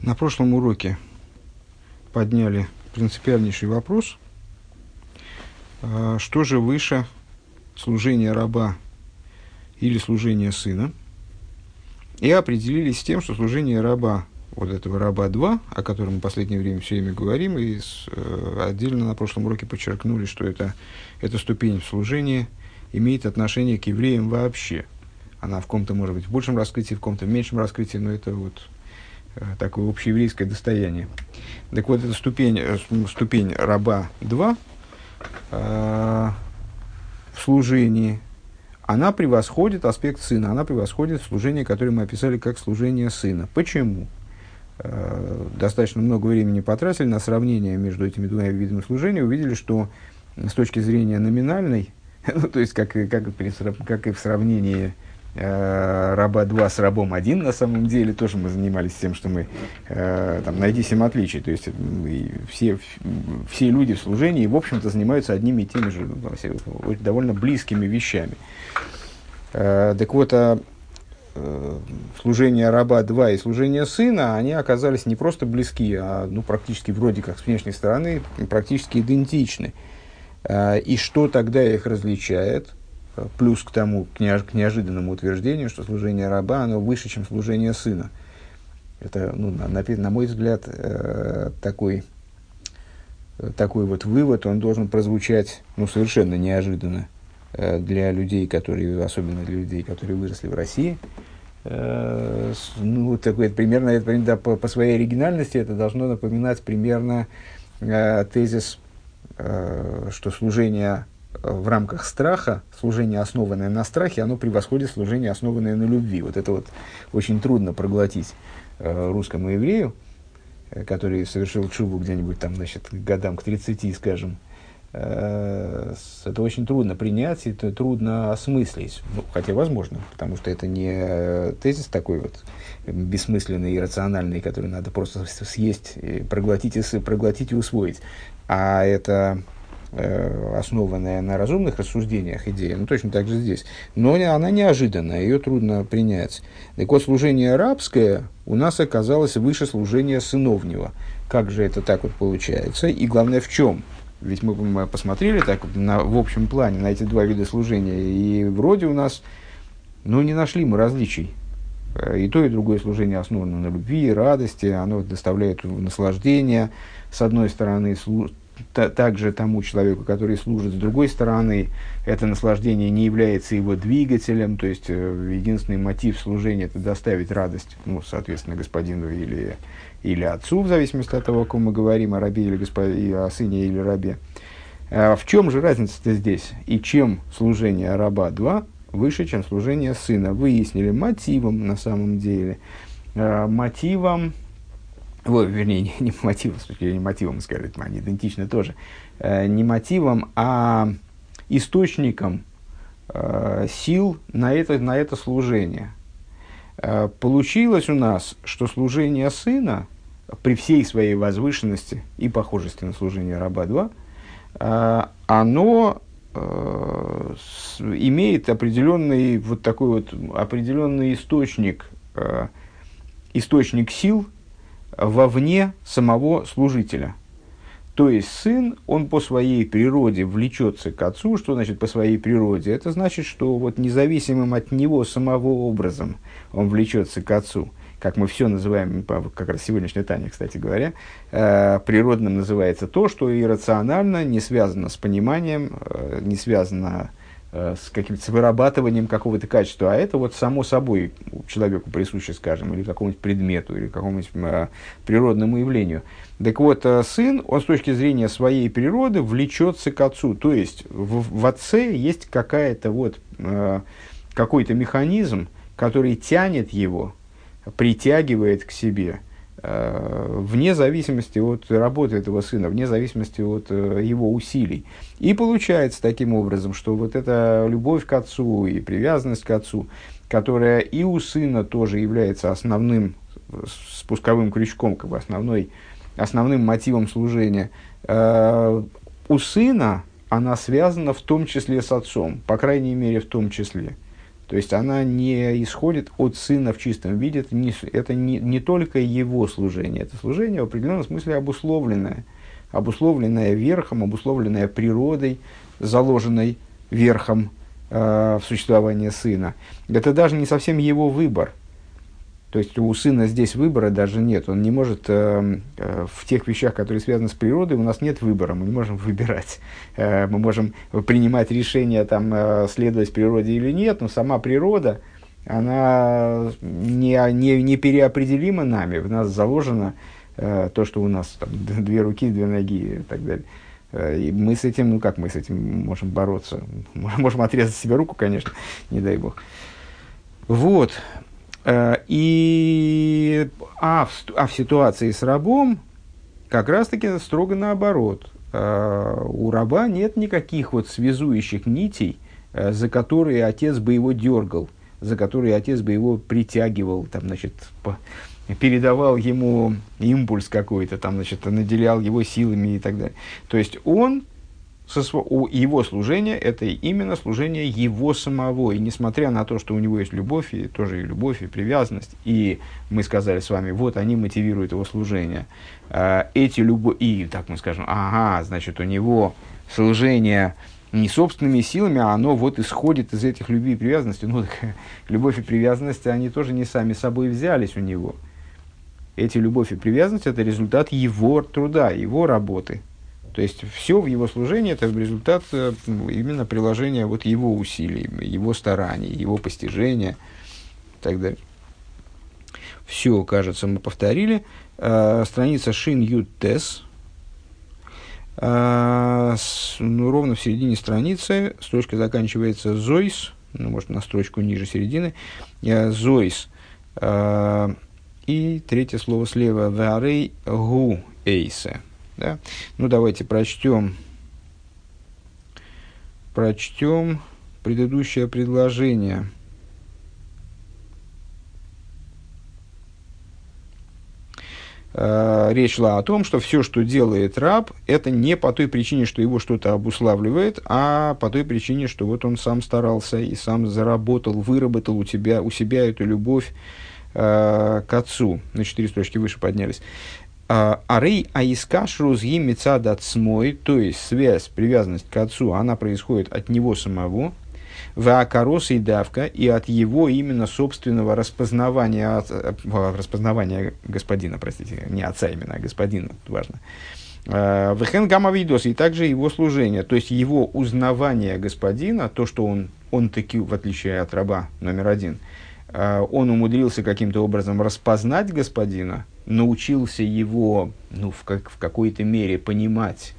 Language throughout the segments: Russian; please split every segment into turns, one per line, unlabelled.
На прошлом уроке подняли принципиальнейший вопрос, что же выше, служение раба или служение сына, и определились с тем, что служение раба, вот этого раба 2, о котором мы в последнее время все время говорим, и отдельно на прошлом уроке подчеркнули, что эта ступень в служении имеет отношение к евреям вообще. Она в ком-то может быть в большем раскрытии, в ком-то в меньшем раскрытии, но это вот такое общееврейское достояние. Так вот, эта ступень раба 2 в служении, она превосходит аспект сына, она превосходит служение, которое мы описали как служение сына. Почему? Достаточно много времени потратили на сравнение между этими двумя видами служения, увидели, что с точки зрения номинальной, то есть как и в сравнении раба 2 с рабом 1, на самом деле, тоже мы занимались тем, что мы найди 7 отличий. То есть все люди в служении, в общем-то, занимаются одними и теми же довольно близкими вещами. Так вот, служение раба 2 и служение сына, они оказались не просто близки, а практически вроде как с внешней стороны практически идентичны. И что тогда их различает? Плюс к тому, к неожиданному утверждению, что служение раба, оно выше, чем служение сына. Это, на мой взгляд, такой вот вывод, он должен прозвучать совершенно неожиданно для людей, особенно для людей, которые выросли в России. Примерно, по своей оригинальности это должно напоминать примерно тезис, что служение в рамках страха, служение, основанное на страхе, оно превосходит служение, основанное на любви. Вот это вот очень трудно проглотить русскому еврею, который совершил тшуву где-нибудь там, годам к 30, скажем. Это очень трудно принять, это трудно осмыслить. Хотя возможно, потому что это не тезис такой вот бессмысленный, иррациональный, который надо просто съесть, проглотить и усвоить. А это основанная на разумных рассуждениях идея, точно так же здесь. Но она неожиданная, ее трудно принять. Так вот, служение рабское у нас оказалось выше служения сыновнего. Как же это так вот получается? И главное, в чем? Ведь мы посмотрели так в общем плане на эти два вида служения, и вроде у нас, не нашли мы различий. И то, и другое служение основано на любви и радости, оно доставляет наслаждение, с одной стороны, также тому человеку, который служит, с другой стороны, это наслаждение не является его двигателем, то есть единственный мотив служения – это доставить радость, соответственно, господину или отцу, в зависимости от того, о ком мы говорим, о рабе или о сыне или рабе. В чем же разница-то здесь? И чем служение раба 2 выше, чем служение сына? Выяснили мотивом, на самом деле. Мотивом, вернее, не мотивом, с точки зрения мотивом, сказать, они идентичны тоже. Не мотивом, а источником сил на это служение. Получилось у нас, что служение сына, при всей своей возвышенности и похожести на служение раба 2, оно имеет определенный определенный источник сил вовне самого служителя. То есть сын, он по своей природе влечется к отцу. Что значит по своей природе? Это значит, что независимым от него самого образом он влечется к отцу. Как мы все называем, как раз сегодняшняя Таня, кстати говоря, природным называется то, что иррационально, не связано с пониманием, не связано с с вырабатыванием какого-то качества, а это само собой человеку присуще, скажем, или какому-нибудь предмету, или какому-нибудь природному явлению. Так вот, сын, он с точки зрения своей природы влечется к отцу, то есть в отце есть какой-то механизм, который тянет его, притягивает к себе, вне зависимости от работы этого сына, вне зависимости от его усилий. И получается таким образом, что эта любовь к отцу и привязанность к отцу, которая и у сына тоже является основным спусковым крючком, основным мотивом служения, у сына она связана в том числе с отцом, по крайней мере в том числе. То есть она не исходит от сына в чистом виде, это не только его служение, это служение в определенном смысле обусловленное верхом, обусловленное природой, заложенной верхом в существование сына. Это даже не совсем его выбор. То есть у сына здесь выбора даже нет. Он не может в тех вещах, которые связаны с природой, у нас нет выбора, мы не можем выбирать. Мы можем принимать решение, там, следовать природе или нет, но сама природа, она не переопределима нами. В нас заложено то, что у нас там, 2 руки, 2 ноги и так далее. И мы с этим, как мы с этим можем бороться? Можем отрезать себе руку, конечно, не дай бог. Вот. В ситуации с рабом как раз-таки строго наоборот. У раба нет никаких вот связующих нитей, за которые отец бы его дергал, за которые отец бы его притягивал, там, значит, передавал ему импульс какой-то, там, значит, наделял его силами и так далее. То есть он, его служение, это именно служение его самого. И несмотря на то, что у него есть любовь, и тоже и любовь, и привязанность, и мы сказали с вами, вот они мотивируют его служение. Эти любовь, и так мы скажем, ага, значит, у него служение не собственными силами, а оно вот исходит из этих любви и привязанности. Ну, так, любовь и привязанность, они тоже не сами собой взялись у него. Эти любовь и привязанность – это результат его труда, его работы. То есть, все в его служении – это результат именно приложения вот его усилий, его стараний, его постижения и так далее. Все, кажется, мы повторили. Страница Шин Ют Тес. Ровно в середине страницы строчка заканчивается Зойс, ну, может, на строчку ниже середины. Зойс. И третье слово слева. Варей гу эйсе. Да? Ну, давайте прочтем предыдущее предложение. Речь шла о том, что все, что делает раб, это не по той причине, что его что-то обуславливает, а по той причине, что вот он сам старался и сам заработал, выработал у себя эту любовь к отцу. На 4 строчки выше поднялись. Арей аискашру зги мецад отсмой, то есть связь, привязанность к отцу, она происходит от него самого, ваакарос и давка, и от его именно собственного распознавания господина, простите, не отца именно, а господина, это важно. Вехен гамма видос, и также его служение, то есть его узнавание господина, то, что он таки, в отличие от раба номер 1, он умудрился каким-то образом распознать господина, научился его, ну, в какой-то мере понимать,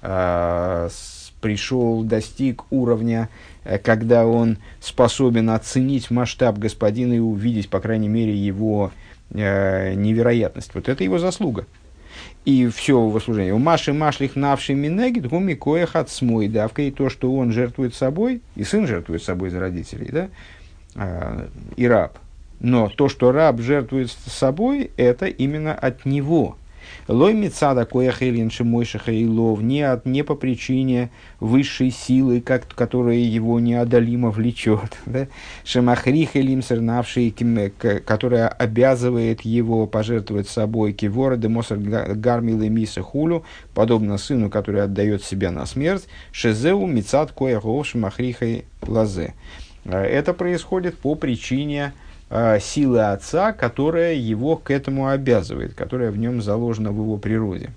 достиг уровня, когда он способен оценить масштаб господина и увидеть, по крайней мере, его невероятность. Вот это его заслуга. И все его служение. У Маши Машлих навши минеги, гуми коях от смой давка, и то, что он жертвует собой, и сын жертвует собой за родителей, да, и раб. Но то, что раб жертвует собой, это именно от него. Лой мицада коях элин шимойшиха и лов, не по причине высшей силы, которая его неодолимо влечет. Да? Шемахрих элим сэрнавший, которая обязывает его пожертвовать собой. Кивора де мосар гармилы миса хулю, подобно сыну, который отдает себя на смерть. Шезеу мицад коях лов шемахрихай лазе. Это происходит по причине силы отца, которая его к этому обязывает, которая в нем заложена в его природе.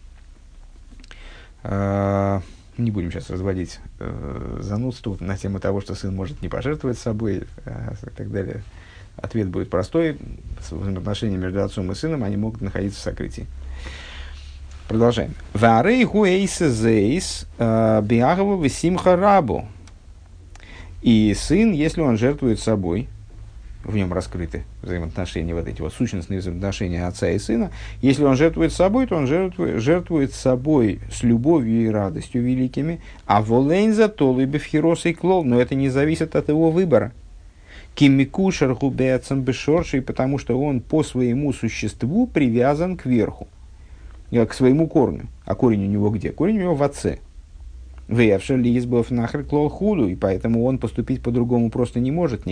Не будем сейчас разводить занудство на тему того, что сын может не пожертвовать собой и так далее. Ответ будет простой. Взаимоотношения между отцом и сыном, они могут находиться в сокрытии. Продолжаем. И сын, если он жертвует собой, в нем раскрыты взаимоотношения, вот эти вот сущностные взаимоотношения отца и сына. Если он жертвует собой, то он жертвует собой с любовью и радостью великими, а волейнза толы бифхирос и клол, но это не зависит от его выбора. Кимикушер губецам бешорший, потому что он по своему существу привязан к верху, к своему корню. А корень у него где? Корень у него в отце. Веявшер лизбов нахер клол худу, и поэтому он поступить по-другому просто не может никак.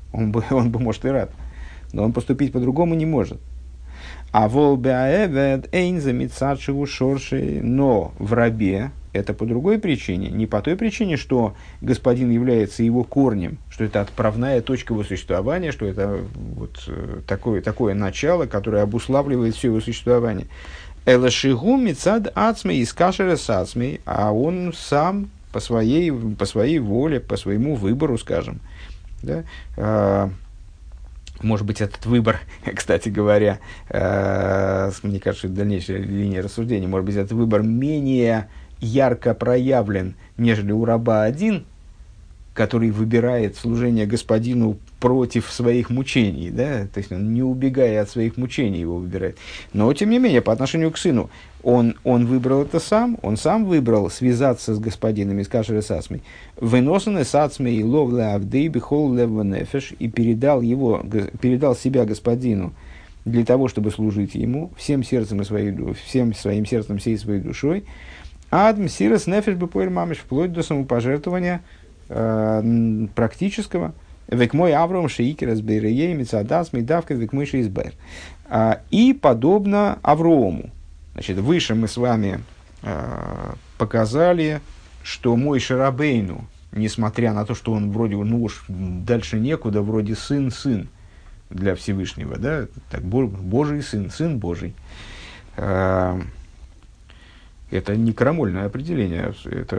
он бы, может, и рад. Но он поступить по-другому не может. А волбеаэвэд эйн замитсадшиву шорши, но в рабе это по другой причине, не по той причине, что господин является его корнем, что это отправная точка его существования, что это вот такое начало, которое обуславливает все его существование. Элашигу мицад ацмей из кашера сацмей, а он сам по своей воле, по своему выбору, скажем, да, может быть, этот выбор, кстати говоря, мне кажется, это дальнейшая линия рассуждения, может быть, этот выбор менее ярко проявлен, нежели у раба один, который выбирает служение господину против своих мучений, да? То есть он, не убегая от своих мучений, его выбирает. Но, тем не менее, по отношению к сыну, он выбрал это сам, он сам выбрал связаться с господином из кашеры сасмой, выносаны сацмей и ловле авдей бихол левванефеш, и передал себя господину для того, чтобы служить ему всем сердцем и всем своим сердцем, всей своей душой, адм сирос нефеш бепоэль мамиш, вплоть до самопожертвования практического. Век мой Авром шеикерас бейреей мицадас мидавка век мой шеизбэр. И подобно Аврому. Значит, выше мы с вами показали, что Мойше Рабейну, несмотря на то, что он вроде, ну уж дальше некуда, вроде сын для Всевышнего, да, так, Божий сын Божий. Это не крамольное определение,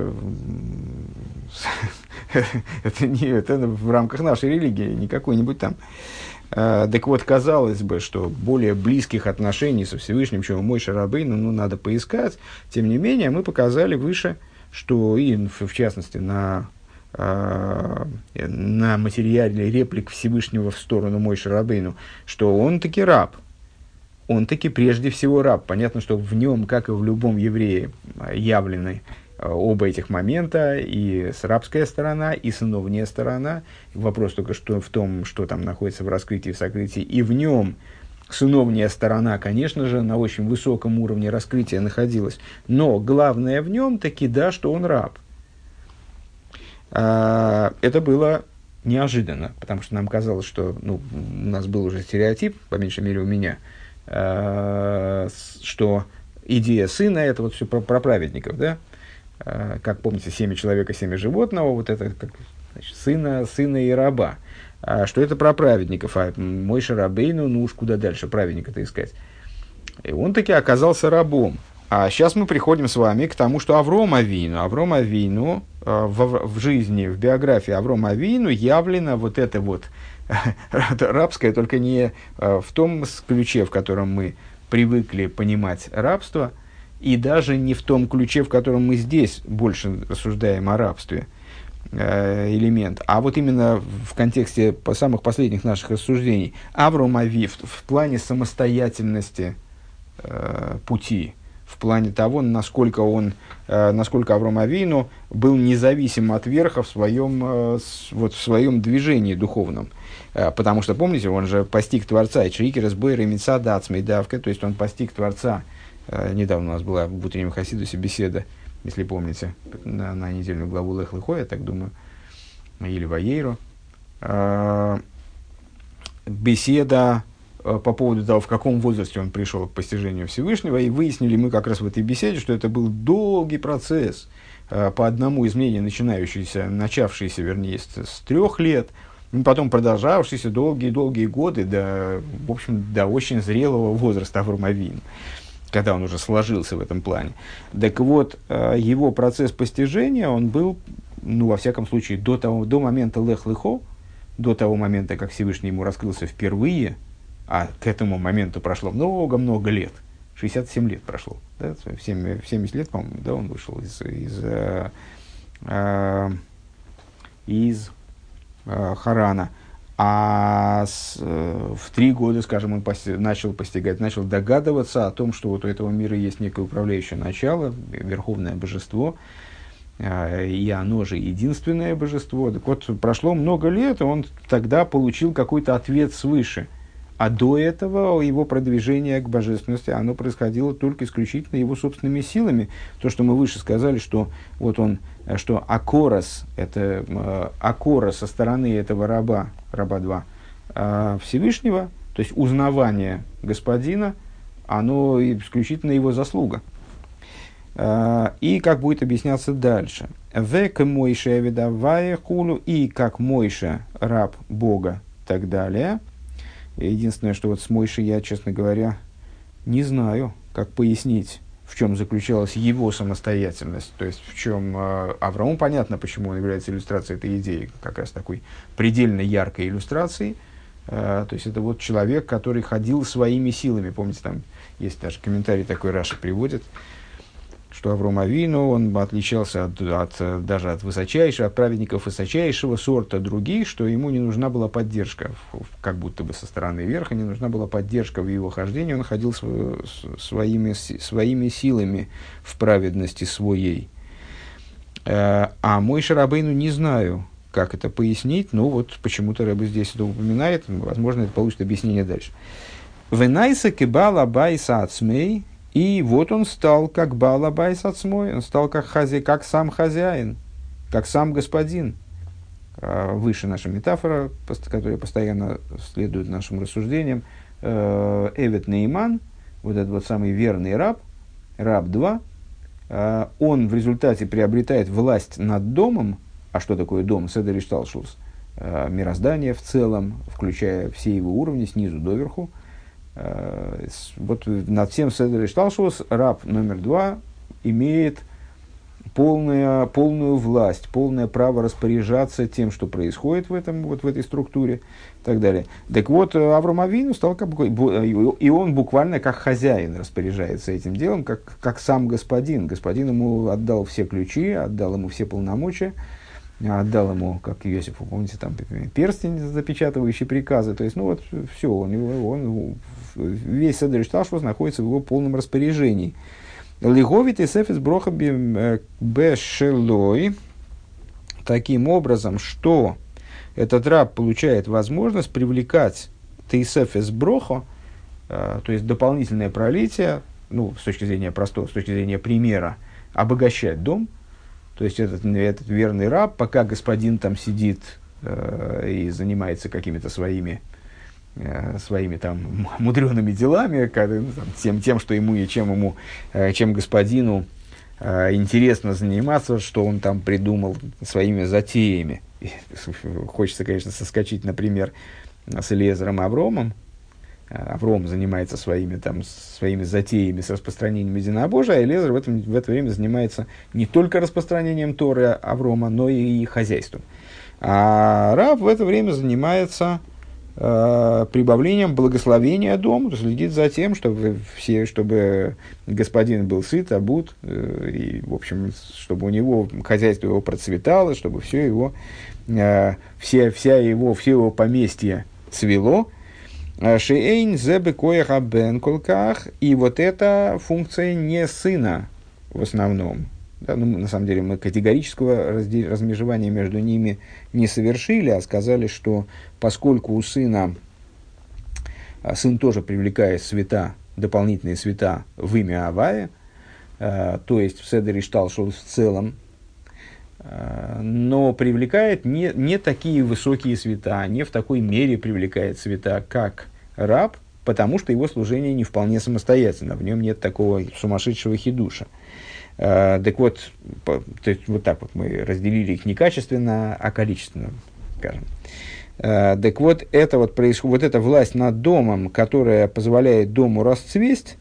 это в рамках нашей религии, не какой-нибудь там. Так вот, казалось бы, что более близких отношений со Всевышним, чем у Мойше Рабейну, надо поискать. Тем не менее, мы показали выше, что и в частности на материале реплик Всевышнего в сторону Мойше Рабейну, что он таки раб. Он таки прежде всего раб. Понятно, что в нем, как и в любом еврее, явлены оба этих момента, и рабская сторона, и сыновняя сторона. Вопрос только что в том, что там находится в раскрытии, в сокрытии. И в нем сыновняя сторона, конечно же, на очень высоком уровне раскрытия находилась. Но главное в нем таки, да, что он раб. Это было неожиданно, потому что нам казалось, что у нас был уже стереотип, по меньшей мере у меня, что идея сына – это вот все про праведников, да? Как помните, семя человека, семя животного, вот это как, значит, сына и раба. Что это про праведников, а Мойше Рабейну, уж куда дальше праведника-то искать. И он таки оказался рабом. А сейчас мы приходим с вами к тому, что Авром Авину в жизни, в биографии Авром Авину явлено вот это вот рабское, только не в том ключе, в котором мы привыкли понимать рабство, и даже не в том ключе, в котором мы здесь больше рассуждаем о рабстве, элемент, а вот именно в контексте самых последних наших рассуждений. Авром Авив в плане самостоятельности пути, в плане того, насколько Авром Авину был независим от верха в своем движении духовном. Потому что, помните, он же постиг Творца, и Чрикерас Бойра Мицада Ацмейдавка, то есть он постиг Творца. Недавно у нас была в утреннем Хасидусе беседа, если помните, на недельную главу Лех Лехо, я так думаю, или Ваейру. Беседа по поводу того, в каком возрасте он пришел к постижению Всевышнего, и выяснили мы как раз в этой беседе, что это был долгий процесс, по одному из мнений начавшийся, вернее, с 3 лет, потом продолжавшийся долгие годы, в общем, до очень зрелого возраста Авром Авину, когда он уже сложился в этом плане. Так вот, его процесс постижения, он был, во всяком случае, до момента Лех Лехо, до того момента, как Всевышний ему раскрылся впервые, а к этому моменту прошло много-много лет, 67 лет прошло, да, в 70 лет, по-моему, да, он вышел из Харана. А в 3 года, скажем, он начал догадываться о том, что вот у этого мира есть некое управляющее начало, верховное божество, и оно же единственное божество. Так вот, прошло много лет, и он тогда получил какой-то ответ свыше А до этого его продвижение к божественности, оно происходило только исключительно его собственными силами. То, что мы выше сказали, что вот он, что акорос, это акора со стороны этого раба 2, Всевышнего, то есть узнавание господина, оно исключительно его заслуга. И как будет объясняться дальше. «Век Мойше авидавая хулу», и как Мойше, раб Бога, и так далее. Единственное, что вот с Мойшей я, честно говоря, не знаю, как пояснить, в чем заключалась его самостоятельность. То есть, в чем Авраам, понятно, почему он является иллюстрацией этой идеи, как раз такой предельно яркой иллюстрацией. То есть, это вот человек, который ходил своими силами. Помните, там есть даже комментарий такой, Раши приводит, что Авраам Авину, он отличался даже от высочайшего, от праведников высочайшего сорта других, что ему не нужна была поддержка, как будто бы со стороны верха, не нужна была поддержка в его хождении, он ходил своими силами в праведности своей. А Мойше Рабейну не знаю, как это пояснить, но вот почему-то Рэбе здесь это упоминает, возможно, это получит объяснение дальше. «Венайса кебала байса ацмей». И вот он стал как Баал Байс Ацмой, он стал как сам хозяин, как сам господин. Выше наша метафора, которая постоянно следует нашим рассуждениям. Эвет Нейман, вот этот вот самый верный раб 2, он в результате приобретает власть над домом. А что такое дом? Седер Ишталшус. Мироздание в целом, включая все его уровни, снизу доверху. Вот над всем Седер Ишталшус раб номер 2 имеет полную власть, полное право распоряжаться тем, что происходит в этой структуре и так далее. Так вот, Авраам Авину стал и он буквально как хозяин распоряжается этим делом, как сам господин. Господин ему отдал все ключи, отдал ему все полномочия, отдал ему, как Иосифу, помните, там перстень, запечатывающий приказы. То есть, ну вот, все, он весь Седер Ишталшус находится в его полном распоряжении. Лиговит и сефес броха бешелой. Таким образом, что этот раб получает возможность привлекать тейсефес броха, то есть дополнительное пролитие, ну, с точки зрения простого, с точки зрения примера, обогащать дом. То есть, этот верный раб, пока господин там сидит и занимается какими-то своими там мудреными делами, тем, что ему и чем господину интересно заниматься, что он там придумал своими затеями. И хочется, конечно, соскочить, например, с Элиэзером Авромом. Авром занимается своими затеями с распространением единобожия, а Элиэзер в это время занимается не только распространением Торы Аврома, но и хозяйством. А раб в это время занимается прибавлением благословения дому, следит за тем, чтобы господин был сыт, обут, и, в общем, чтобы у него хозяйство его процветало, чтобы все его поместье цвело. Шеэйн зебе коеха бен колках, и вот эта функция не сына в основном. Да, ну, на самом деле мы категорического размежевания между ними не совершили, а сказали, что поскольку у сына, сын тоже привлекает света, дополнительные света в имя Авая, то есть в Седер Ишталшус в целом, но привлекает не такие высокие света, не в такой мере привлекает света, как раб, потому что его служение не вполне самостоятельно, в нем нет такого сумасшедшего хидуша. Так вот, вот так вот мы разделили их не качественно, а количественно, скажем. Так вот, эта власть над домом, которая позволяет дому расцвесть,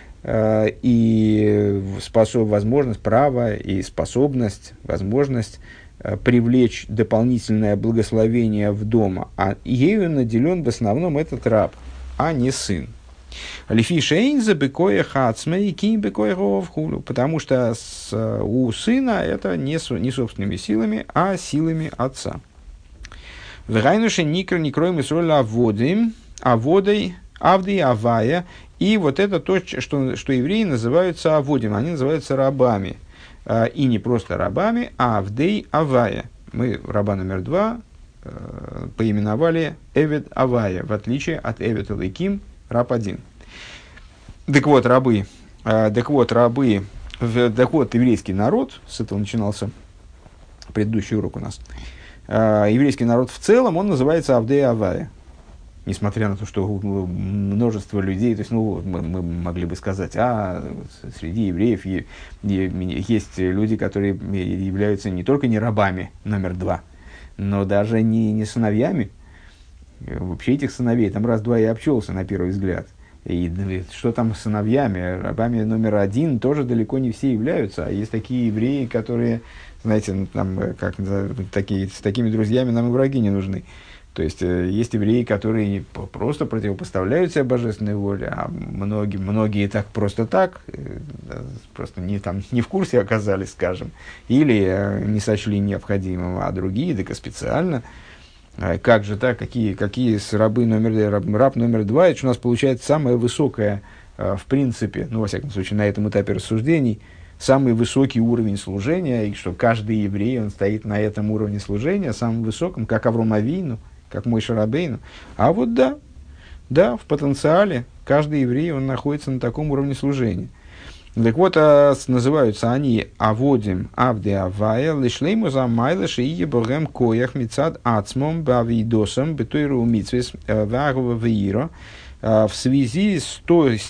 и возможность, право и способность, возможность привлечь дополнительное благословение в дом, а ею наделен в основном этот раб, а не сын. Потому что у сына это не собственными силами, а силами отца. И вот это то, что евреи называются аводим, они называются рабами. И не просто рабами, а авдей авая. Мы раба номер 2 поименовали Эвед Авая, в отличие от Эвед Элоким, раб один. Так вот, еврейский народ, с этого начинался предыдущий урок у нас, еврейский народ в целом, он называется Авдей Авая. Несмотря на то, что множество людей, то есть, мы могли бы сказать, среди евреев есть люди, которые являются не только не рабами номер 2, но даже не сыновьями. Вообще этих сыновей там раз-два и обчелся на первый взгляд. И что там с сыновьями? Рабами номер 1 тоже далеко не все являются. А есть такие евреи, которые, знаете, с такими друзьями нам и враги не нужны. То есть, есть евреи, которые просто противопоставляют себя божественной воле, а многие так, просто не в курсе оказались, скажем, или не сочли необходимым, а другие, так и специально. Как же так, какие раб номер 2, это у нас получается самое высокое, в принципе, во всяком случае, на этом этапе рассуждений, самый высокий уровень служения, и что каждый еврей, он стоит на этом уровне служения, самым высоком, как Авром Авину, как Моше Рабейну. А вот да, в потенциале каждый еврей, он находится на таком уровне служения. Так вот, называются они Аводим Авде Авая, Лишлейму Замайла Шиие Богем Коях Мицад Ацмом Бавидосом Бетойру Мицвес Вагова Веира, в связи с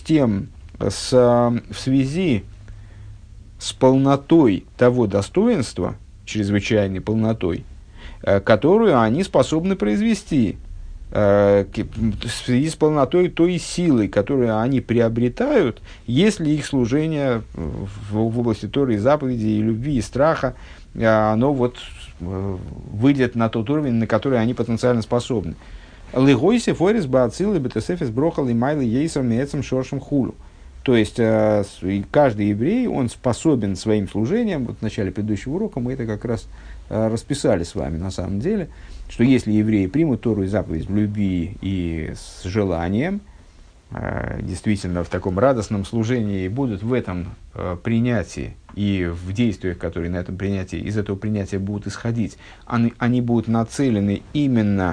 полнотой того достоинства, чрезвычайной полнотой, которую они способны произвести, в связи с полнотой той силы, которую они приобретают, если их служение в области Торы и заповедей, и любви, и страха, оно выйдет на тот уровень, на который они потенциально способны. Лигойсе форис баацилы бетесефис брохал и майлы ейсом мецем шоршем хулу. То есть, каждый еврей, он способен своим служением, в начале предыдущего урока мы это как раз расписали с вами на самом деле, что если евреи примут Тору и заповедь в любви и с желанием, действительно в таком радостном служении, и будут в этом принятии и в действиях, которые на этом принятии, из этого принятия будут исходить, они будут нацелены именно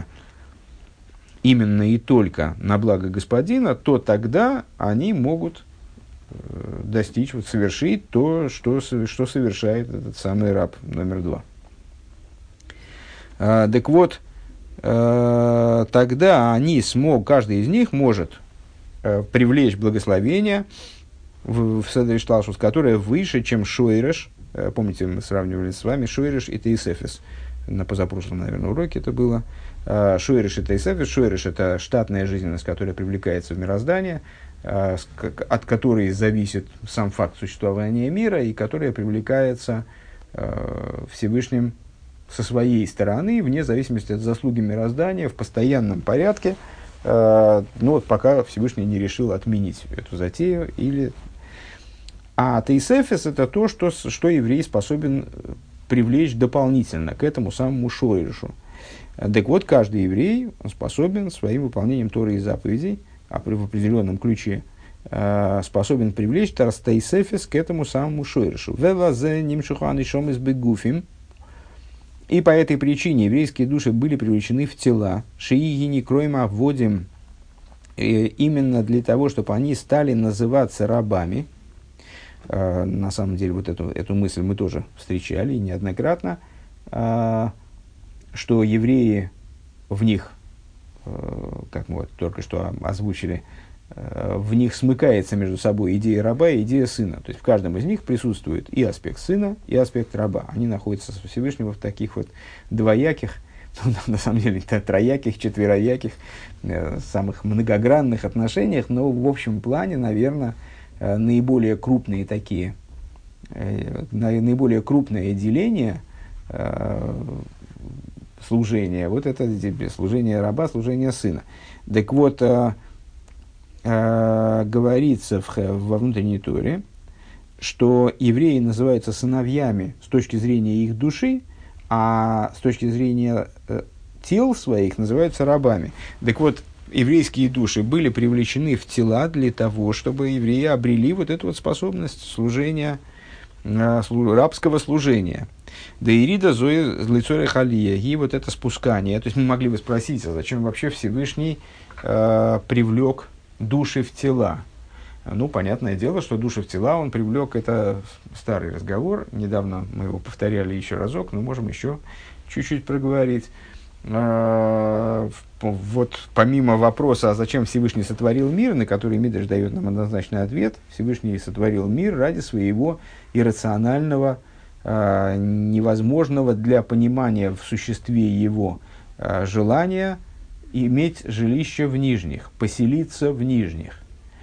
и только на благо Господина, то тогда они могут достичь, совершить то, что совершает этот самый раб номер 2. Так вот, тогда каждый из них может привлечь благословение в Седер Шталшус, которое выше, чем Шойреш. Помните, мы сравнивали с вами Шойреш и Тейсефес. На позапрошлом, наверное, уроке это было. Шойреш и Тейсефес. Шойреш – это штатная жизненность, которая привлекается в мироздание, от которой зависит сам факт существования мира, и которая привлекается Всевышним со своей стороны, вне зависимости от заслуги мироздания, в постоянном порядке, пока Всевышний не решил отменить эту затею. А Тейсефес – это то, что еврей способен привлечь дополнительно к этому самому Шойрешу. Так вот, каждый еврей способен своим выполнением Торы и заповедей, в определенном ключе, способен привлечь Тейсефес к этому самому Шойрешу. «Велазе нимшухан ишом из бегуфим». И по этой причине еврейские души были привлечены в тела, шиигини кройма вводим, именно для того, чтобы они стали называться рабами. На самом деле, эту мысль мы тоже встречали неоднократно, что евреи в них, как мы только что озвучили, в них смыкается между собой идея раба и идея сына. То есть в каждом из них присутствует и аспект сына, и аспект раба. Они находятся со Всевышнего в таких двояких, на самом деле трояких, четверояких, самых многогранных отношениях, но в общем плане, наверное, наиболее крупные наиболее крупное деление служения, это служение раба, служение сына. Так вот, говорится во внутренней Торе, что евреи называются сыновьями с точки зрения их души, а с точки зрения тел своих называются рабами. Так вот, еврейские души были привлечены в тела для того, чтобы евреи обрели эту способность служения, рабского служения. Да ирида зои лицо халия. И вот это спускание. То есть мы могли бы спросить, а зачем вообще Всевышний привлек души в тела? Ну, понятное дело, что души в тела он привлек, это старый разговор. Недавно мы его повторяли еще разок, но можем еще чуть-чуть проговорить. Вот помимо вопроса, а зачем Всевышний сотворил мир, на который Мидраш дает нам однозначный ответ, Всевышний сотворил мир ради своего иррационального, невозможного для понимания в существе его желания иметь жилище в нижних, поселиться в нижних.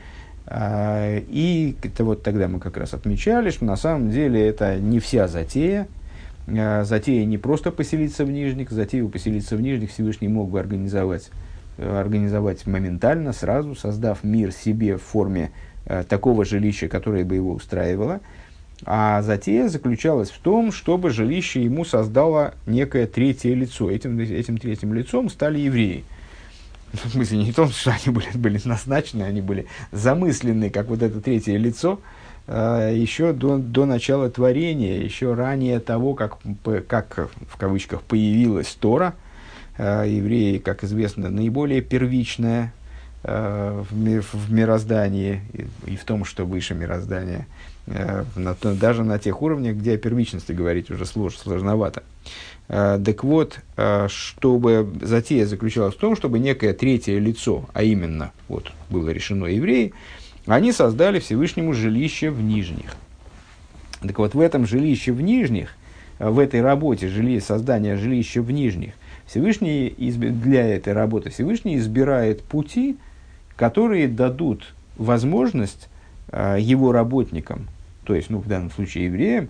И это вот тогда мы как раз отмечали, что на самом деле это не вся затея. Затея не просто поселиться в нижних, затею поселиться в нижних Всевышний мог бы организовать моментально, сразу, создав мир себе в форме такого жилища, которое бы его устраивало. А затея заключалась в том, чтобы жилище ему создало некое третье лицо. Этим третьим лицом стали евреи. В смысле, не в том, что они были назначены, они были замыслены, как вот это третье лицо, еще до начала творения, еще ранее того, как в кавычках появилась Тора. Евреи, как известно, наиболее первичная в мироздании и в том, что выше мироздания, даже на тех уровнях, где о первичности говорить уже сложновато. Так вот, чтобы затея заключалась в том, чтобы некое третье лицо, а именно, вот было решено евреи, они создали Всевышнему жилище в нижних. Так вот, в этом жилище в нижних, в этой работе создания жилища в нижних, для этой работы Всевышний избирает пути, которые дадут возможность его работникам, то есть, в данном случае евреям,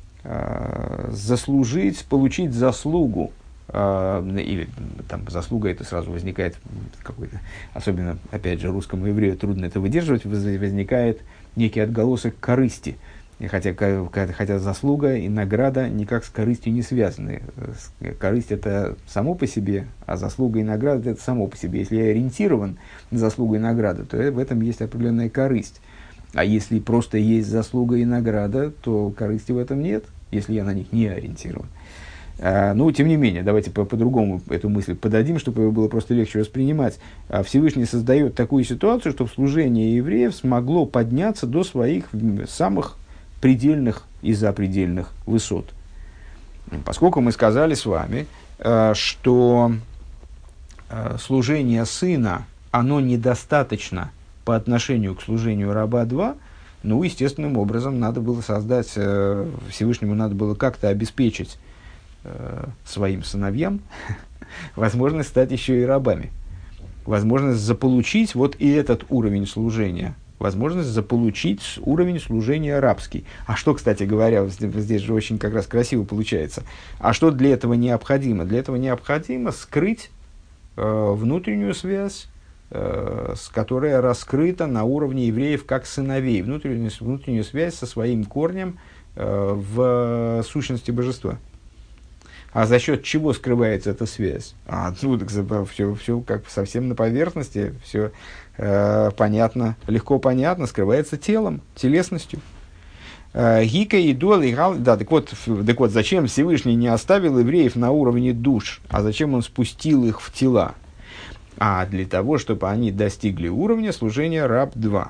получить заслугу, или там заслуга это сразу возникает какой-то, особенно, опять же, русскому еврею трудно это выдерживать, возникает некий отголосок корысти. Хотя заслуга и награда никак с корыстью не связаны. Корысть это само по себе, а заслуга и награда это само по себе. Если я ориентирован на заслугу и награду, то в этом есть определенная корысть. А если просто есть заслуга и награда, то корысти в этом нет, если я на них не ориентирован. Тем не менее, давайте по-другому эту мысль подадим, чтобы его было просто легче воспринимать. Всевышний создает такую ситуацию, чтобы служение евреев смогло подняться до своих самых предельных и запредельных высот. Поскольку мы сказали с вами, что служение сына, оно недостаточно по отношению к служению раба 2, естественным образом надо было создать, Всевышнему надо было как-то обеспечить своим сыновьям возможность стать еще и рабами, возможность заполучить вот и этот уровень служения, возможность заполучить уровень служения рабский. А что, кстати говоря, здесь же очень как раз красиво получается. А что для этого необходимо? Для этого необходимо скрыть внутреннюю связь, которая раскрыта на уровне евреев как сыновей, внутреннюю связь со своим корнем в сущности божества. А за счет чего скрывается эта связь? Все как совсем на поверхности, все понятно, легко понятно, скрывается телом, телесностью. Гика и дуал и гал. Да, так вот, зачем Всевышний не оставил евреев на уровне душ, а зачем он спустил их в тела? А для того, чтобы они достигли уровня служения раб 2.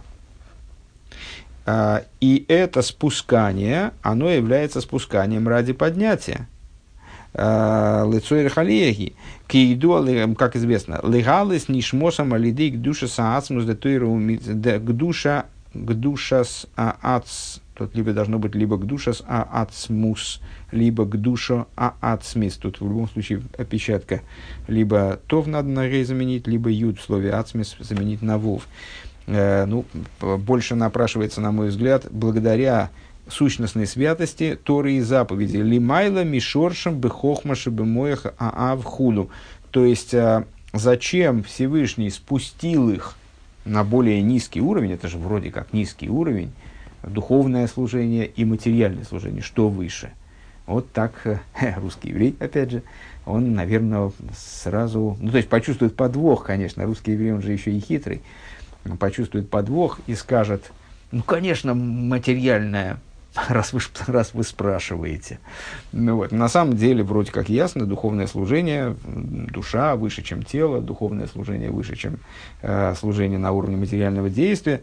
И это спускание, оно является спусканием ради поднятия. Лицой халиеги, как известно, легалис нишмосам алидей к душе саацмус к душа с аац. Тут либо должно быть либо к душа с аацмус, либо к душу аацмис. Тут в любом случае опечатка. Либо тов надо на рей заменить, либо юд в слове ацмис заменить на вов. Больше напрашивается, на мой взгляд, благодаря сущностной святости Торы и заповеди. Лимайла мишоршем бехохмаши бемоях аав худу. То есть, зачем Всевышний спустил их на более низкий уровень, это же вроде как низкий уровень, духовное служение и материальное служение, что выше. Вот так русский еврей, опять же, он, наверное, сразу, то есть почувствует подвох, конечно, русский еврей, он же еще и хитрый, он почувствует подвох и скажет, конечно, материальное раз вы спрашиваете. Ну, вот. На самом деле, вроде как ясно, духовное служение, душа выше, чем тело, духовное служение выше, чем служение на уровне материального действия.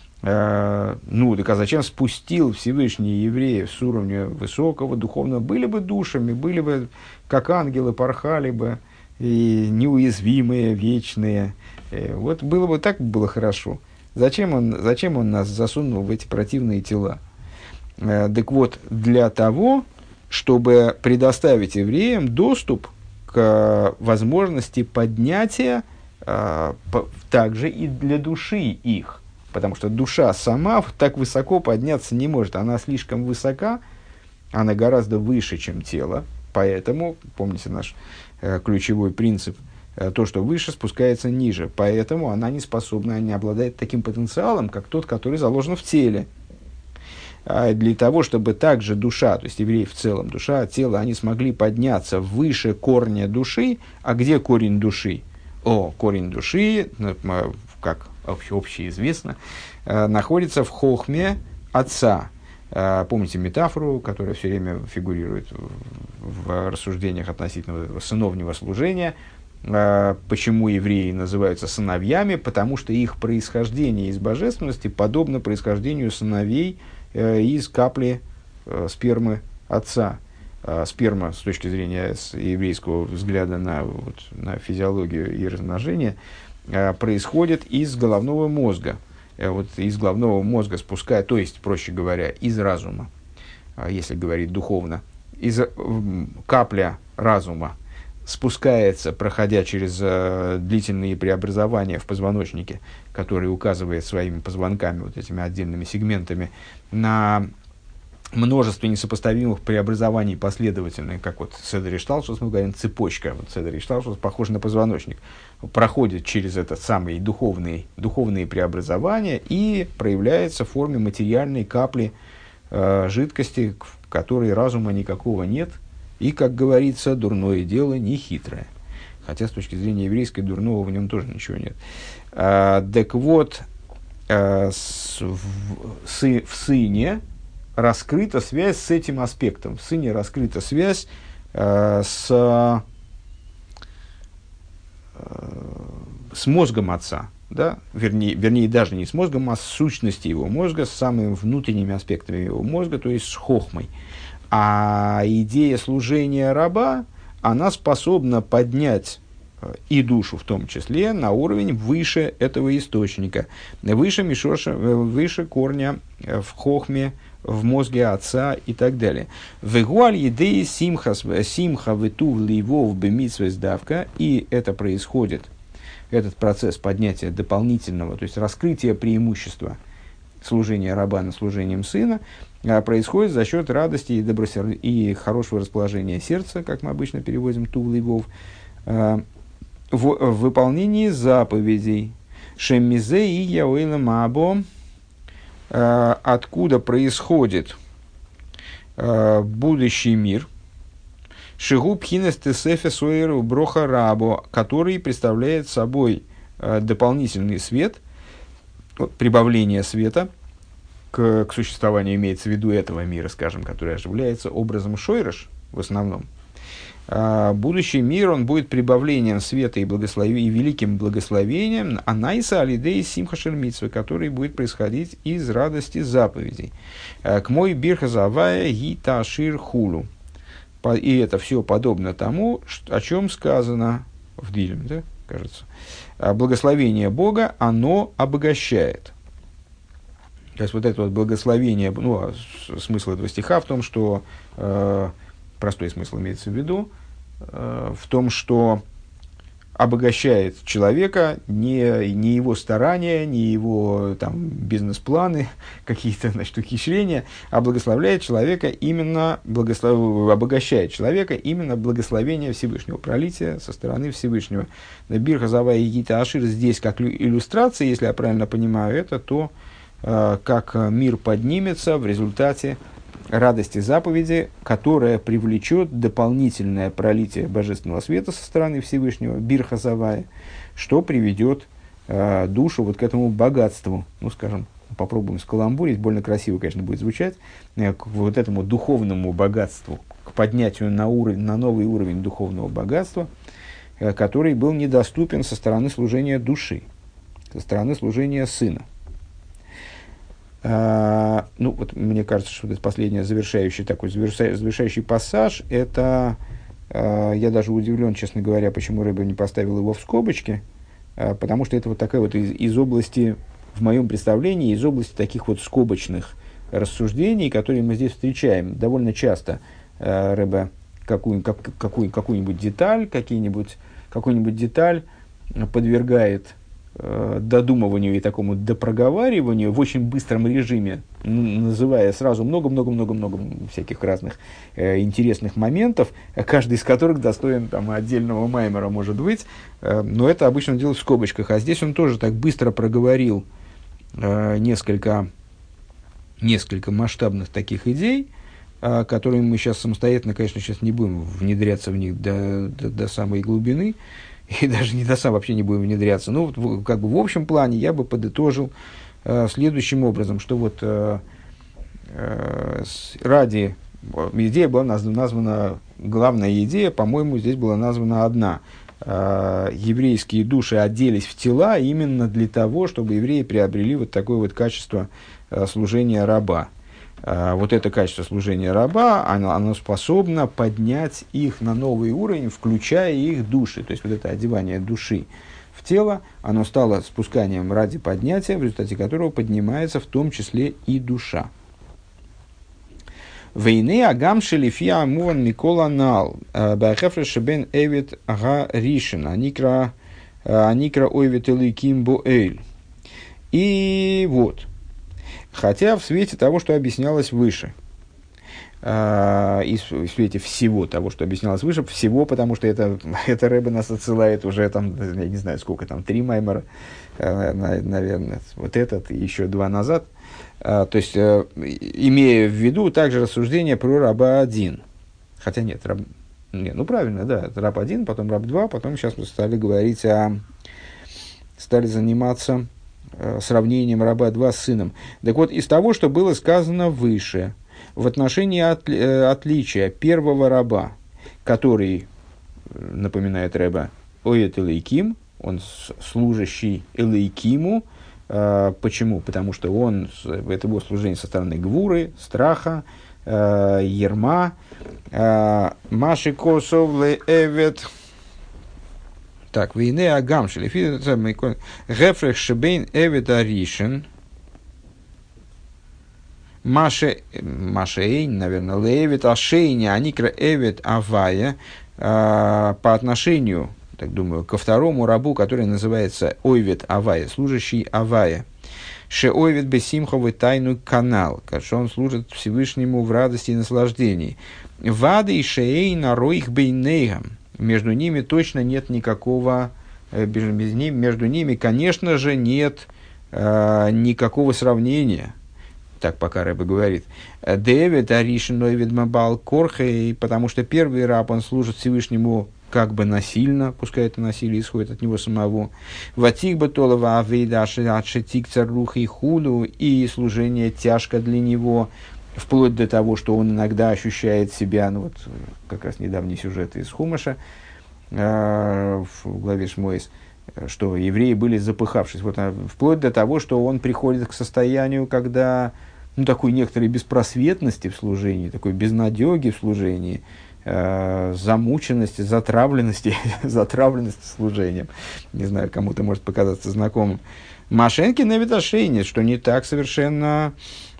Ну, так а зачем спустил Всевышний евреев с уровня высокого духовного? Были бы душами, были бы как ангелы, порхали бы, и неуязвимые, вечные. Вот было бы так, было хорошо. Зачем он нас засунул в эти противные тела? Так вот, для того, чтобы предоставить евреям доступ к возможности поднятия также и для души их. Потому что душа сама так высоко подняться не может. Она слишком высока, она гораздо выше, чем тело. Поэтому, помните наш ключевой принцип, то, что выше, спускается ниже. Поэтому она не способна, не обладает таким потенциалом, как тот, который заложен в теле. Для того, чтобы также душа, то есть евреи в целом, душа, тело, они смогли подняться выше корня души. А где корень души? Корень души, как общеизвестно, находится в хохме отца. Помните метафору, которая все время фигурирует в рассуждениях относительно сыновнего служения? Почему евреи называются сыновьями? Потому что их происхождение из божественности подобно происхождению сыновей из капли спермы отца. Сперма, с точки зрения еврейского взгляда на физиологию и размножение, происходит из головного мозга. Вот из головного мозга спускает, то есть, проще говоря, из разума, если говорить духовно, из капля разума спускается, проходя через длительные преобразования в позвоночнике, который указывает своими позвонками, вот этими отдельными сегментами, на множество несопоставимых преобразований последовательных, как вот Седер и Шталшус, мы говорим, цепочка, вот Седер и Шталшус похожа на позвоночник, проходит через этот самый духовные преобразования и проявляется в форме материальной капли жидкости, в которой разума никакого нет, и, как говорится, дурное дело не хитрое. Хотя, с точки зрения еврейской, дурного в нем тоже ничего нет. Так вот, в сыне раскрыта связь с этим аспектом. В сыне раскрыта связь с мозгом отца. Да? Вернее, даже не с мозгом, а с сущностью его мозга, с самыми внутренними аспектами его мозга, то есть с хохмой. А идея служения раба, она способна поднять и душу в том числе на уровень выше этого источника, выше корня в хохме, в мозге отца и так далее. Вегуаль едеи симха ветув ливов бемитсве сдавка, и это происходит, этот процесс поднятия дополнительного, то есть раскрытия преимущества служения раба над служением сына, происходит за счет радости и хорошего расположения сердца, как мы обычно переводим тув ливов, в выполнении заповедей. Шеммизе и яуэла мабо, откуда происходит будущий мир, шигу пхинес тесефе суэру броха рабо, который представляет собой дополнительный свет, прибавление света к существованию, имеется в виду этого мира, скажем, который оживляется образом шойреш в основном. Будущий мир, он будет прибавлением света и великим благословением анайса алидей симха шельмитсвы, который будет происходить из радости заповедей. К мой бирха завая гита шир хулу. И это все подобно тому, о чем сказано в Дилем, да, кажется. Благословение Бога, оно обогащает. То есть, вот это вот благословение, смысл этого стиха в том, что, простой смысл имеется в виду, в том, что обогащает человека не его старания, не его там, бизнес-планы, какие-то, значит, ухищрения, а благословляет человека именно, обогащает человека именно благословение Всевышнего, пролитие со стороны Всевышнего. Бирха Завая и Гита Ашир здесь как иллюстрация, если я правильно понимаю, это то, как мир поднимется в результате радости заповеди, которая привлечет дополнительное пролитие божественного света со стороны Всевышнего, бирха завая, что приведет душу вот к этому богатству, скажем, попробуем скаламбурить, больно красиво, конечно, будет звучать, к вот этому духовному богатству, к поднятию на новый уровень духовного богатства, который был недоступен со стороны служения души, со стороны служения сына. Ну, вот мне кажется, что это последний завершающий пассаж, это, я даже удивлен, честно говоря, почему Ребе не поставил его в скобочки, потому что это вот такая вот из области, в моем представлении, из области таких вот скобочных рассуждений, которые мы здесь встречаем довольно часто. Ребе какую-нибудь деталь подвергает додумыванию и такому допроговариванию в очень быстром режиме, называя сразу много-много-много-много всяких разных интересных моментов, каждый из которых достоин там отдельного маймера, может быть, но это обычно делают в скобочках, а здесь он тоже так быстро проговорил несколько масштабных таких идей, которые мы сейчас самостоятельно, конечно, сейчас не будем внедряться в них до самой глубины, и даже вообще не будем внедряться. Ну, вот, как бы в общем плане я бы подытожил следующим образом, что вот идея была названа, главная идея, по-моему, здесь была названа одна. Еврейские души оделись в тела именно для того, чтобы евреи приобрели вот такое вот качество служения раба. Вот это качество служения раба, оно способно поднять их на новый уровень, включая их души. То есть, вот это одевание души в тело, оно стало спусканием ради поднятия, в результате которого поднимается в том числе и душа. Вейны агам шелифия амуан микола нал бахефре шебен эвит ага ришен аникра ойвет эликим боэль. И вот. Хотя в свете того, что объяснялось выше, и в свете всего того, что объяснялось выше, всего, потому что это Ребе нас отсылает уже, там, я не знаю, сколько там, 3 маймера, наверное, вот этот и еще 2 назад. То есть, имея в виду также рассуждение про раба 1. Хотя нет, правильно, да, раб 1, потом раб 2, потом сейчас мы стали заниматься сравнением раба 2 с сыном. Так вот, из того, что было сказано выше, в отношении отличия первого раба, который, напоминает Ребе, оет элейким, он служащий элейкиму. Почему? Потому что это его служение со стороны гвуры, страха, ерма, маши косов ле эвет. Так, войны агам шелифи гефрех шебейн эвет аришен машейн, наверное, левит ашейня аникра эвет авая, по отношению, так думаю, ко второму рабу, который называется ойвет авая, служащий авая. Ше ойвет бесимховый тайну канал, что он служит Всевышнему в радости и наслаждении. Вады и шейна роих бейнейгам. Между ними точно нет никакого, между ними, конечно же, нет никакого сравнения. Так пока Ребе говорит. Дэвид аришин ойвет мабал корхей, потому что первый раб, он служит Всевышнему как бы насильно, пускай это насилие исходит от него самого. Ватик батолова авейда ашетик царуха и худу, и служение тяжко для него, вплоть до того, что он иногда ощущает себя, ну вот как раз недавний сюжет из Хумаша, в главе Шмойс, что евреи были запыхавшись, вот, вплоть до того, что он приходит к состоянию, когда, ну, такой некоторой беспросветности в служении, такой безнадеги в служении, замученности, затравленности служением. Не знаю, кому-то может показаться знакомым. Машенки на видошейне, что не так совершенно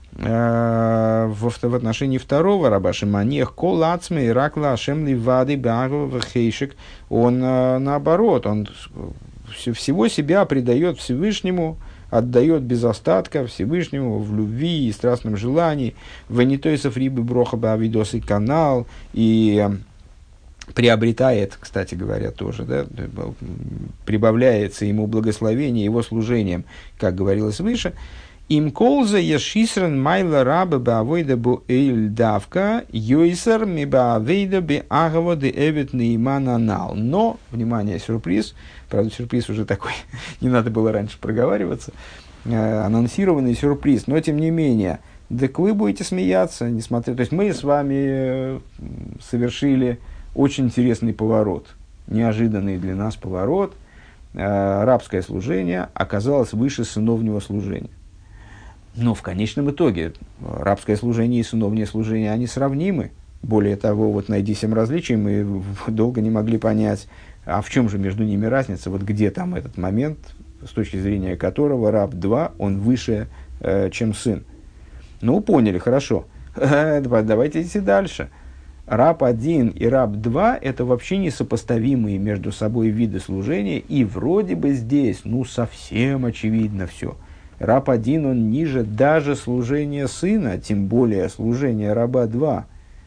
в отношении второго раба Шиманех колацме и ракла ашемли вады багов хейшек. Он наоборот, он всего себя предает Всевышнему, отдает без остатка Всевышнему в любви и страстном желании. Ванитойсов рибы броха бавидосы канал, и приобретает, кстати говоря, тоже, да, прибавляется ему благословение его служением, как говорилось выше. Им колза ешисрен майла раба баавойда бу эйль давка йойсер ми баавейда би агава де эвет неймана нал. Но, внимание, сюрприз, правда, сюрприз уже такой, не надо было раньше проговариваться, анонсированный сюрприз. Но, тем не менее, так вы будете смеяться, несмотря... То есть, мы с вами совершили очень интересный поворот, неожиданный для нас поворот. Рабское служение оказалось выше сыновнего служения. Но в конечном итоге рабское служение и сыновнее служение, они сравнимы. Более того, вот найди 7 различий, мы долго не могли понять, а в чем же между ними разница, вот где там этот момент, с точки зрения которого раб 2, он выше, чем сын. Ну, поняли, хорошо. Давайте идти дальше. Раб 1 и раб 2 – это вообще несопоставимые между собой виды служения, и вроде бы здесь, ну, совсем очевидно все. Раб 1, он ниже даже служения сына, тем более служения раба 2.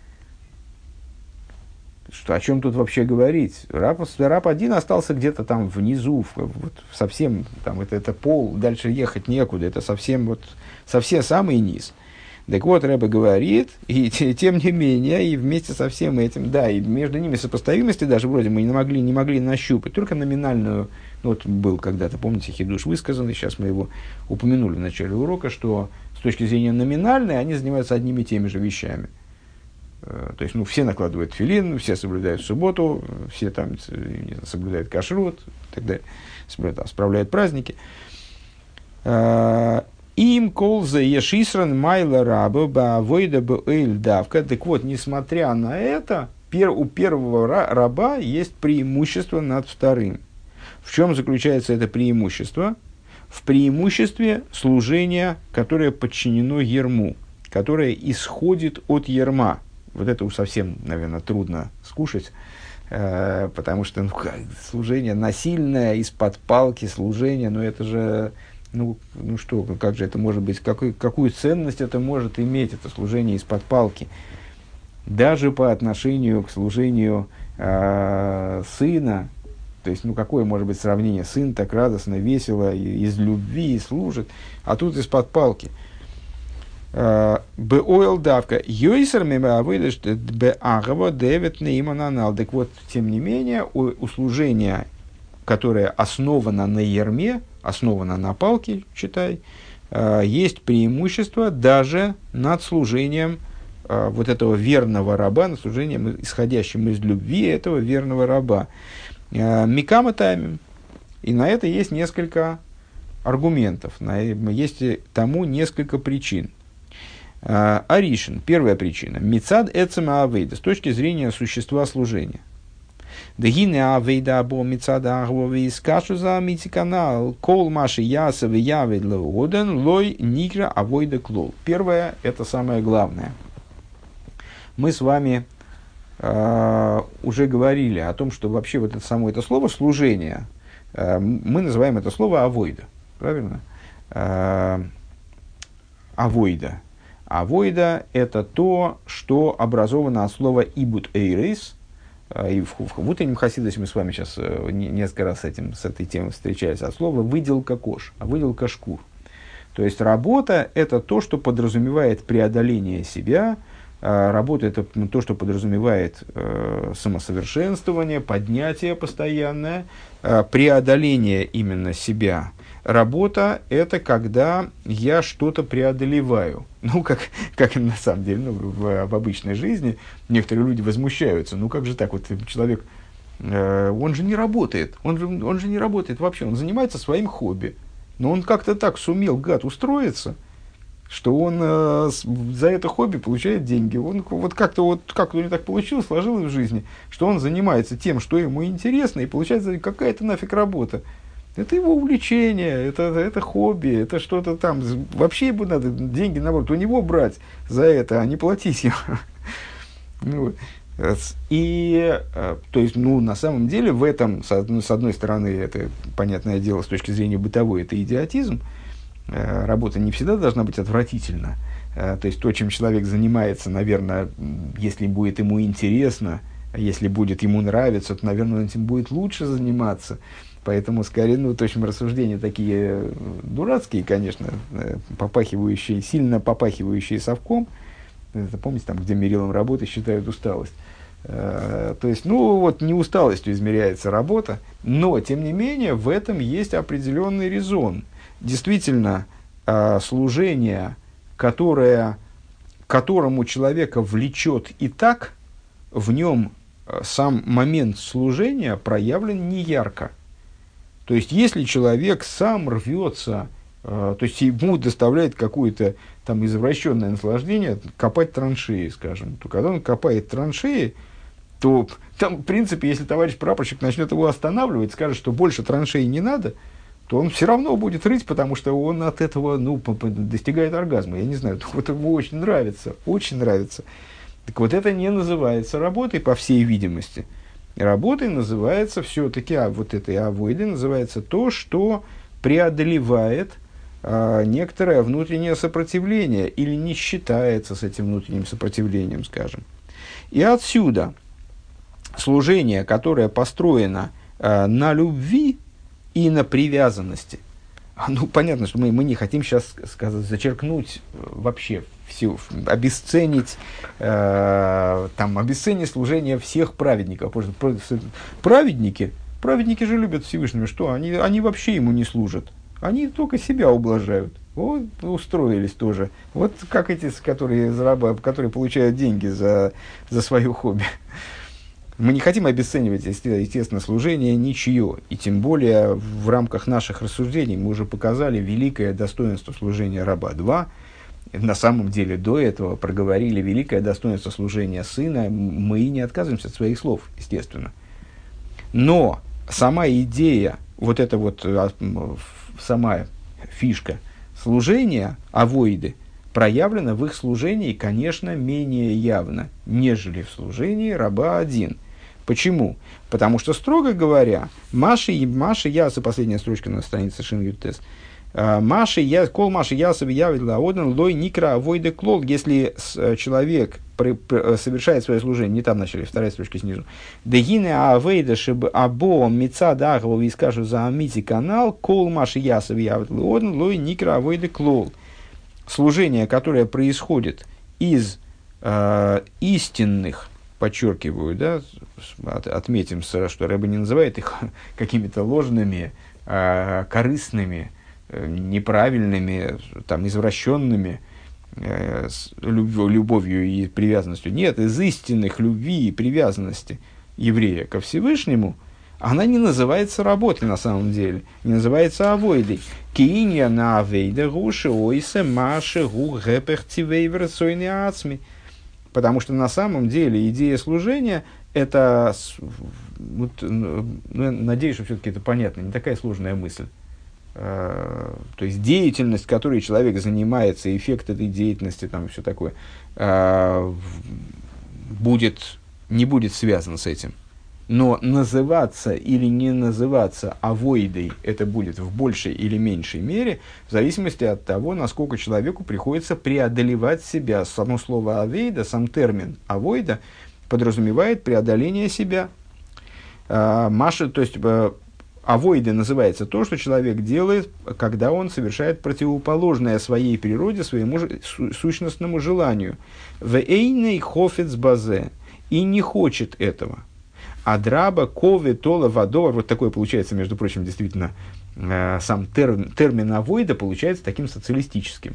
Что, о чем тут вообще говорить? Раб 1 остался где-то там внизу, вот совсем, там, это пол, дальше ехать некуда, это совсем самый низ. Так вот, Рэбе говорит, и тем не менее, и вместе со всем этим, да, и между ними сопоставимости даже вроде мы не могли нащупать, только номинальную. Вот был когда-то, помните, хидуш высказанный, сейчас мы его упомянули в начале урока, что с точки зрения номинальной они занимаются одними и теми же вещами. То есть, ну, все накладывают тфилин, все соблюдают субботу, все там соблюдают кашрут, и так далее, справляют праздники. Им колза ешисран майла раба баавойда бэйль давка. Так вот, несмотря на это, у первого раба есть преимущество над вторым. В чем заключается это преимущество? В преимуществе служения, которое подчинено ерму, которое исходит от ерма. Вот это уж совсем, наверное, трудно скушать, потому что служение насильное, из-под палки служение, но это же... Ну что, как же это может быть, какую ценность это может иметь, это служение из-под палки? Даже по отношению к служению сына, то есть, ну какое может быть сравнение? Сын так радостно, весело, из любви служит, а тут из-под палки. Б-ойл давка. Йойсер мимо выдашь б-агава дэвид неймананал. Так вот, тем не менее, у служения, которое основано на ерме, основано на палке, читай, есть преимущество даже над служением вот этого верного раба, над служением, исходящим из любви этого верного раба. Микама таймим. И на это есть несколько аргументов, есть тому несколько причин. Аришин, первая причина. Мицад эцема авейда, с точки зрения существа служения. Дагине авейда або мицада агвови искашу за митиканал кол маши ясовы явид лооден лой никра авойда клол. Первое, это самое главное. Мы с вами уже говорили о том, что вообще вот это само это слово служение, мы называем это слово авойда. Правильно? Авойда. Авойда – это то, что образовано от слова «ибут эйрис». И в утреннем хасидусе мы с вами сейчас несколько раз с этой темой встречались. От слова «выделка кож», а выделка шкур. То есть, работа – это то, что подразумевает преодоление себя. Работа – это то, что подразумевает самосовершенствование, поднятие постоянное, преодоление именно себя. Работа – это когда я что-то преодолеваю. Ну, как на самом деле, в обычной жизни некоторые люди возмущаются. Ну, как же так? Вот человек, он же не работает. Он же не работает вообще. Он занимается своим хобби. Но он как-то так сумел, гад, устроиться, что он за это хобби получает деньги. Он как-то у него так получилось, сложилось в жизни, что он занимается тем, что ему интересно, и получается какая-то нафиг работа. Это его увлечение, это хобби, это что-то там. Вообще ему надо деньги, наоборот, у него брать за это, а не платить ему. И, то есть, на самом деле, в этом, с одной стороны, это, понятное дело, с точки зрения бытовой, это идиотизм. Работа не всегда должна быть отвратительна. То есть, то, чем человек занимается, наверное, если будет ему интересно, если будет ему нравиться, то, наверное, он этим будет лучше заниматься. Поэтому, скорее, в общем, рассуждения такие дурацкие, конечно, сильно попахивающие совком. Это, помните, там, где мерилом работы считают усталость. То есть, не усталостью измеряется работа, но, тем не менее, в этом есть определенный резон. действительно служение, которому человека влечет и так, в нем сам момент служения проявлен неярко. То есть, если человек сам рвется, то есть ему доставляет какое-то там извращенное наслаждение копать траншеи, скажем, то когда он копает траншеи, то там, в принципе, если товарищ прапорщик начнет его останавливать, скажет, что больше траншей не надо, то он все равно будет рыть, потому что он от этого достигает оргазма. Я не знаю, вот ему очень нравится, очень нравится. Так вот, это не называется работой, по всей видимости. Работой называется все-таки, вот этой авойдой называется то, что преодолевает некоторое внутреннее сопротивление или не считается с этим внутренним сопротивлением, скажем. И отсюда служение, которое построено на любви и на привязанности. Понятно, что мы не хотим сейчас зачеркнуть вообще все, обесценить служение всех праведников. Потому что праведники же любят Всевышнего, что они вообще ему не служат. Они только себя ублажают. Вот устроились тоже. Вот как эти, которые получают деньги за свое хобби. Мы не хотим обесценивать, естественно, служение ничье. И тем более в рамках наших рассуждений мы уже показали великое достоинство служения раба 2. На самом деле до этого проговорили великое достоинство служения сына. Мы не отказываемся от своих слов, естественно. Но сама идея, вот эта вот сама фишка служения авоиды проявлена в их служении, конечно, менее явно, нежели в служении раба 1. Почему? Потому что, строго говоря, Маши Яса, последняя строчка на странице Шин-Ют-Тес, Кол Маши Яса явит лаоден лой никра авойде клол, если человек совершает свое служение, не там начали, вторая строчка снизу, дегине авейда шиб або мица дахова вискажу за амити канал, Кол Маши Яса явит лаоден лой никра авойде клол. Служение, которое происходит из истинных, подчеркиваю, да, отметим, что Рэбе не называет их какими-то ложными, корыстными, неправильными, там, извращенными любовью и привязанностью. Нет, из истинных любви и привязанности еврея ко Всевышнему, она не называется работой на самом деле, не называется авойдой. Киинья на авейда гуши ойсе маши гу гэпэх тивейвер сойни ацми. Потому что на самом деле идея служения – это, надеюсь, что все-таки это понятно, не такая сложная мысль. То есть деятельность, которой человек занимается, эффект этой деятельности, там все такое, не будет связан с этим. Но называться или не называться авойдой это будет в большей или меньшей мере, в зависимости от того, насколько человеку приходится преодолевать себя. Само слово авейда, сам термин авойда подразумевает преодоление себя. То есть авойда называется то, что человек делает, когда он совершает противоположное своей природе, своему сущностному желанию. Вэйней хофец базе, и не хочет этого. Адраба, кове, тола, вадор. Вот такое получается, между прочим, действительно, сам термин авойда получается таким социалистическим.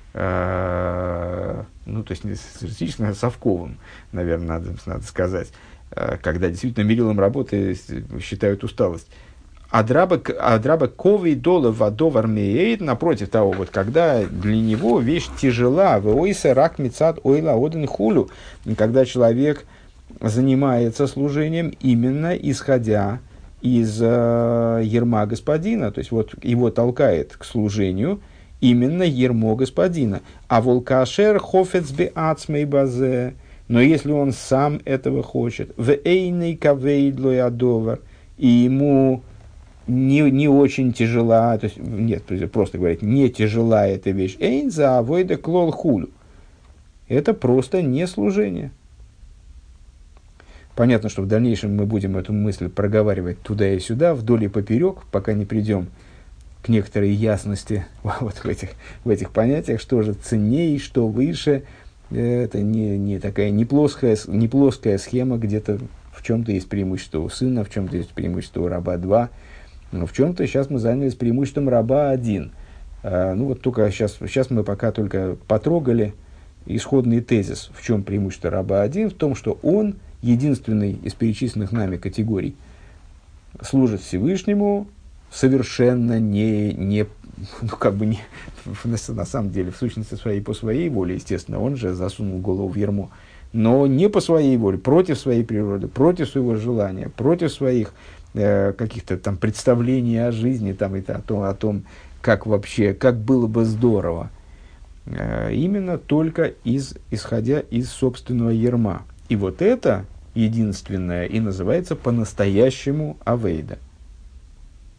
То есть не социалистическим, а совковым, наверное, надо сказать. Когда действительно мерилом работы считают усталость. Адраба кове, дола, вадовар, меет. Напротив того, вот когда для него вещь тяжела, войса, рак, мецад, ойла, оден, хулю. Когда человек занимается служением именно исходя из ярма господина, то есть вот его толкает к служению именно ярмо господина. А волкашер хофец бе ацмей базе, но если он сам этого хочет, в эйней кавейдлой адовар, и ему не очень тяжела, то есть нет, просто говорить, не тяжела эта вещь, эйн за авойда клол хулю, это просто не служение. Понятно, что в дальнейшем мы будем эту мысль проговаривать туда и сюда, вдоль и поперек, пока не придем к некоторой ясности вот в этих понятиях, что же ценнее, что выше. Это не такая не плоская схема, где-то в чем-то есть преимущество у сына, в чем-то есть преимущество у раба 2, но в чем-то сейчас мы занялись преимуществом раба 1. Ну вот только сейчас мы пока только потрогали исходный тезис. В чем преимущество раба 1? В том, что он единственный из перечисленных нами категорий служит Всевышнему совершенно ну, как бы не, на самом деле, в сущности своей, по своей воле, естественно, он же засунул голову в ярмо, но не по своей воле, против своей природы, против своего желания, против своих каких-то там представлений о жизни, там, и о том, как вообще, как было бы здорово, именно только исходя из собственного ярма. И вот это единственное и называется по-настоящему авейда.